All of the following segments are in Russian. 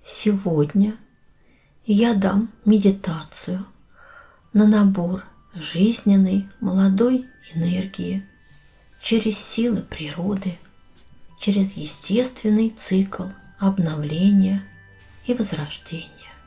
Сегодня я дам медитацию на набор жизненной молодой энергии через силы природы, через естественный цикл обновления и возрождения.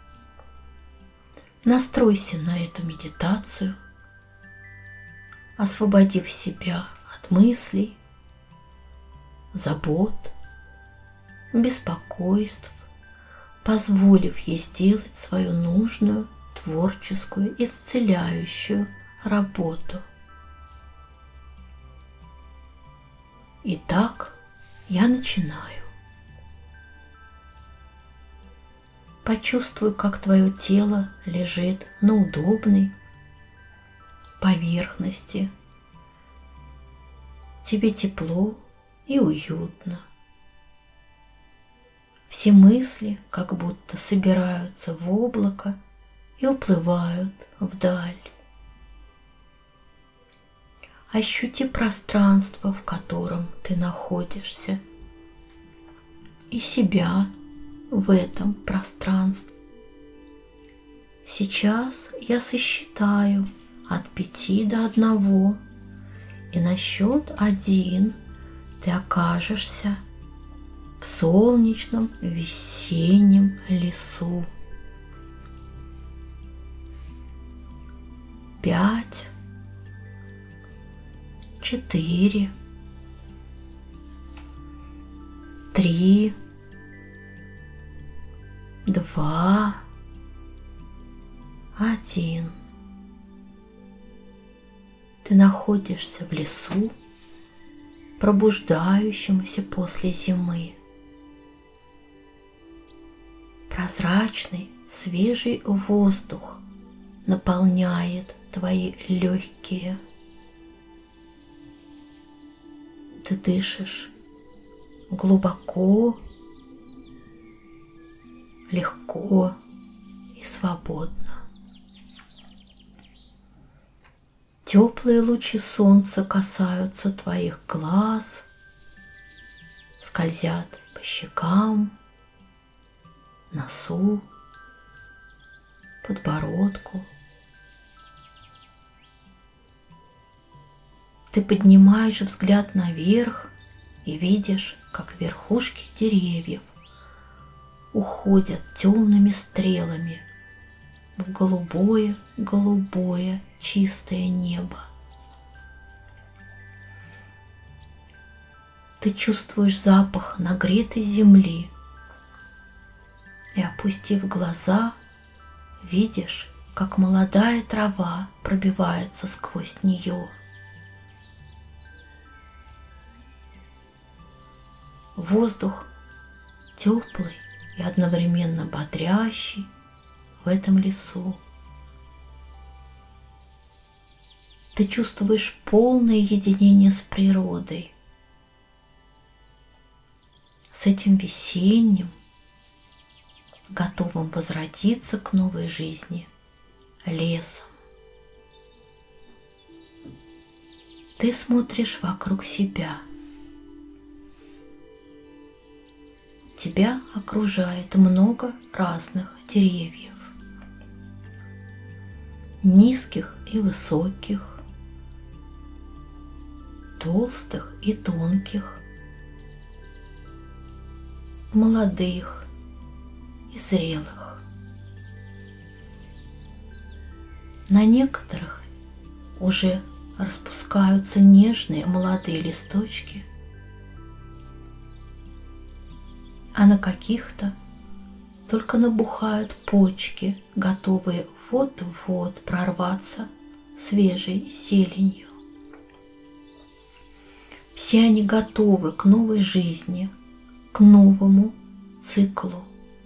Настройся на эту медитацию, освободив себя от мыслей, забот, беспокойств, позволив ей сделать свою нужную, творческую, исцеляющую работу. Итак, я начинаю. Почувствуй, как твое тело лежит на удобной поверхности. Тебе тепло и уютно. Все мысли как будто собираются в облако и уплывают вдаль. Ощути пространство, в котором ты находишься, и себя в этом пространстве. Сейчас я сосчитаю от 5 до 1, и на счет 1 ты окажешься в солнечном весеннем лесу. 5, 4, 3, 2, 1. Ты находишься в лесу, пробуждающемуся после зимы. Прозрачный, свежий воздух наполняет твои легкие. Ты дышишь глубоко, легко и свободно. Теплые лучи солнца касаются твоих глаз, скользят по щекам, носу, подбородку. Ты поднимаешь взгляд наверх и видишь, как верхушки деревьев уходят темными стрелами в голубое чистое небо. Ты чувствуешь запах нагретой земли и, опустив глаза, видишь, как молодая трава пробивается сквозь нее. Воздух теплый и одновременно бодрящий в этом лесу. Ты чувствуешь полное единение с природой, с этим весенним, готовым возродиться к новой жизни лесом. Ты смотришь вокруг себя. Тебя окружает много разных деревьев, низких и высоких, толстых и тонких, молодых и зрелых. На некоторых уже распускаются нежные молодые листочки, а на каких-то только набухают почки, готовые вот-вот прорваться свежей зеленью. Все они готовы к новой жизни, к новому циклу.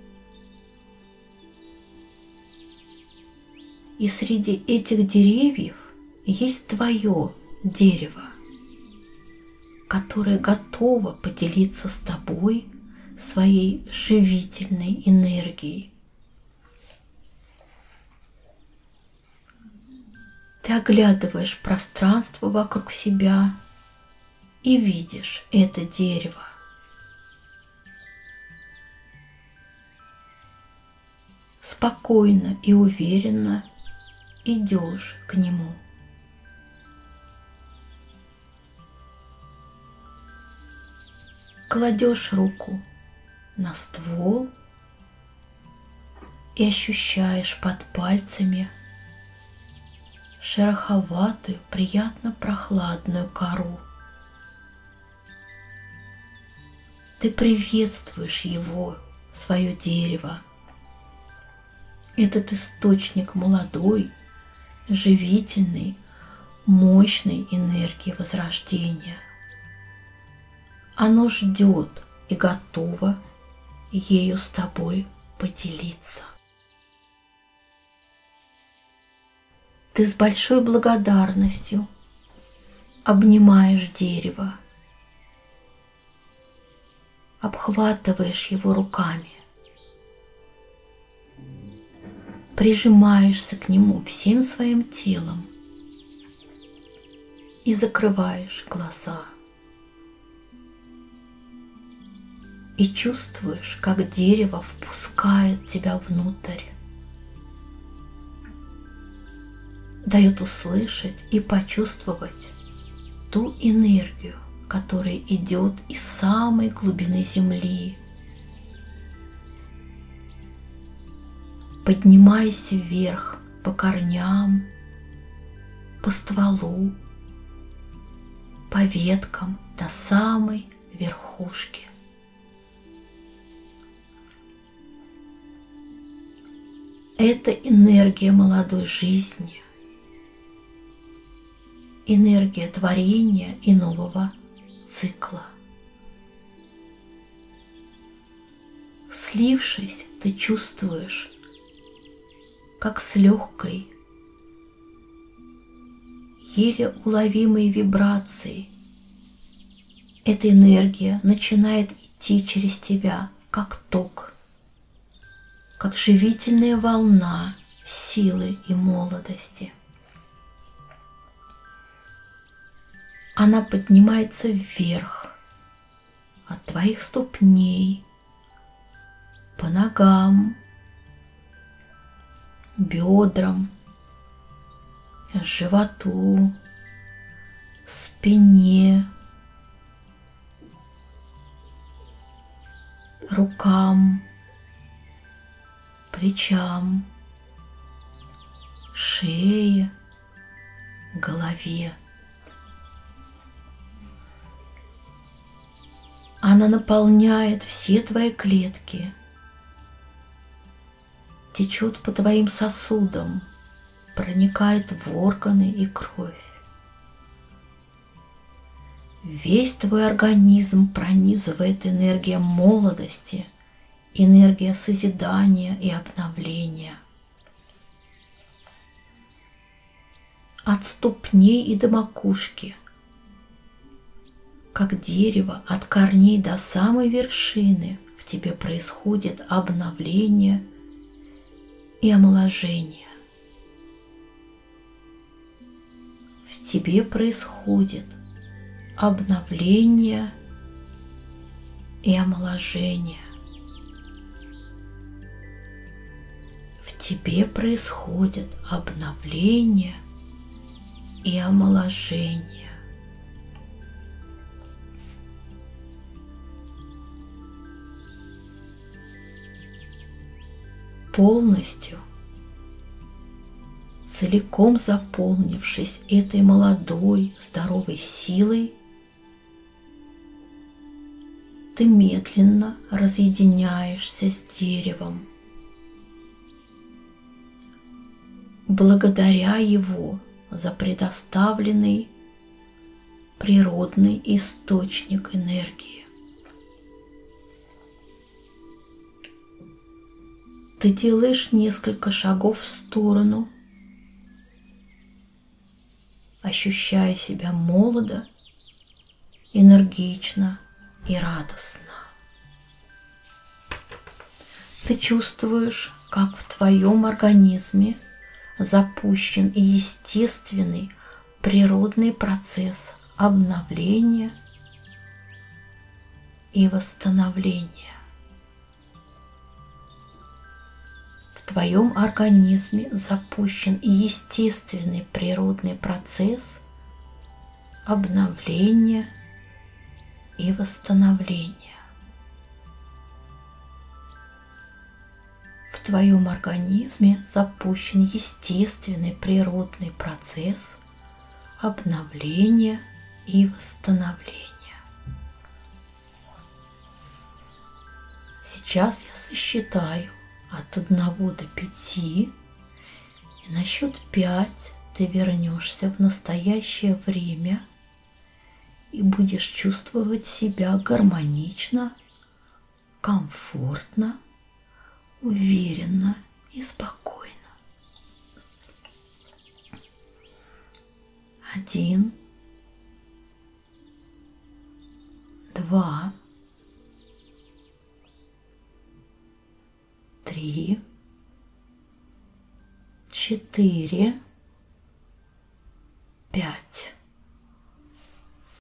И среди этих деревьев есть твое дерево, которое готово поделиться с тобой своей живительной энергией. Ты оглядываешь пространство вокруг себя и видишь это дерево. спокойно и уверенно идешь к нему. Кладешь руку на ствол и ощущаешь под пальцами шероховатую, приятно прохладную кору. Ты приветствуешь его, свое дерево. Этот источник молодой, живительной, мощной энергии возрождения. Оно ждет и готово ею с тобой поделиться. Ты с большой благодарностью обнимаешь дерево, обхватываешь его руками, прижимаешься к нему всем своим телом и закрываешь глаза. И чувствуешь, как дерево впускает тебя внутрь, дает услышать и почувствовать ту энергию, которая идет из самой глубины земли. Поднимаясь вверх по корням, по стволу, по веткам до самой верхушки. Это энергия молодой жизни, энергия творения и нового цикла. Слившись, ты чувствуешь, как с легкой, еле уловимой вибрацией эта энергия начинает идти через тебя, как ток, как живительная волна силы и молодости. Она поднимается вверх от твоих ступней, по ногам, бедрам, животу, спине, рукам, плечам, шее, голове. Она наполняет все твои клетки, течет по твоим сосудам, проникает в органы и кровь. Весь твой организм пронизывает энергия молодости, энергия созидания и обновления. От ступней и до макушки, как дерево, от корней до самой вершины в тебе происходит обновление и омоложение. В тебе происходит обновление и омоложение. В тебе происходит обновление и омоложение. Полностью, целиком заполнившись этой молодой, здоровой силой, ты медленно разъединяешься с деревом, благодаря его за предоставленный природный источник энергии. Ты делаешь несколько шагов в сторону, ощущая себя молодо, энергично и радостно. Ты чувствуешь, как в твоем организме запущен естественный природный процесс обновления и восстановления. В твоем организме запущен естественный природный процесс обновления и восстановления. В твоем организме запущен естественный природный процесс обновления и восстановления. Сейчас я сосчитаю от 1 до 5, и на счет 5 ты вернешься в настоящее время и будешь чувствовать себя гармонично, комфортно, уверенно и спокойно. 1, 2, 3, 4, 5.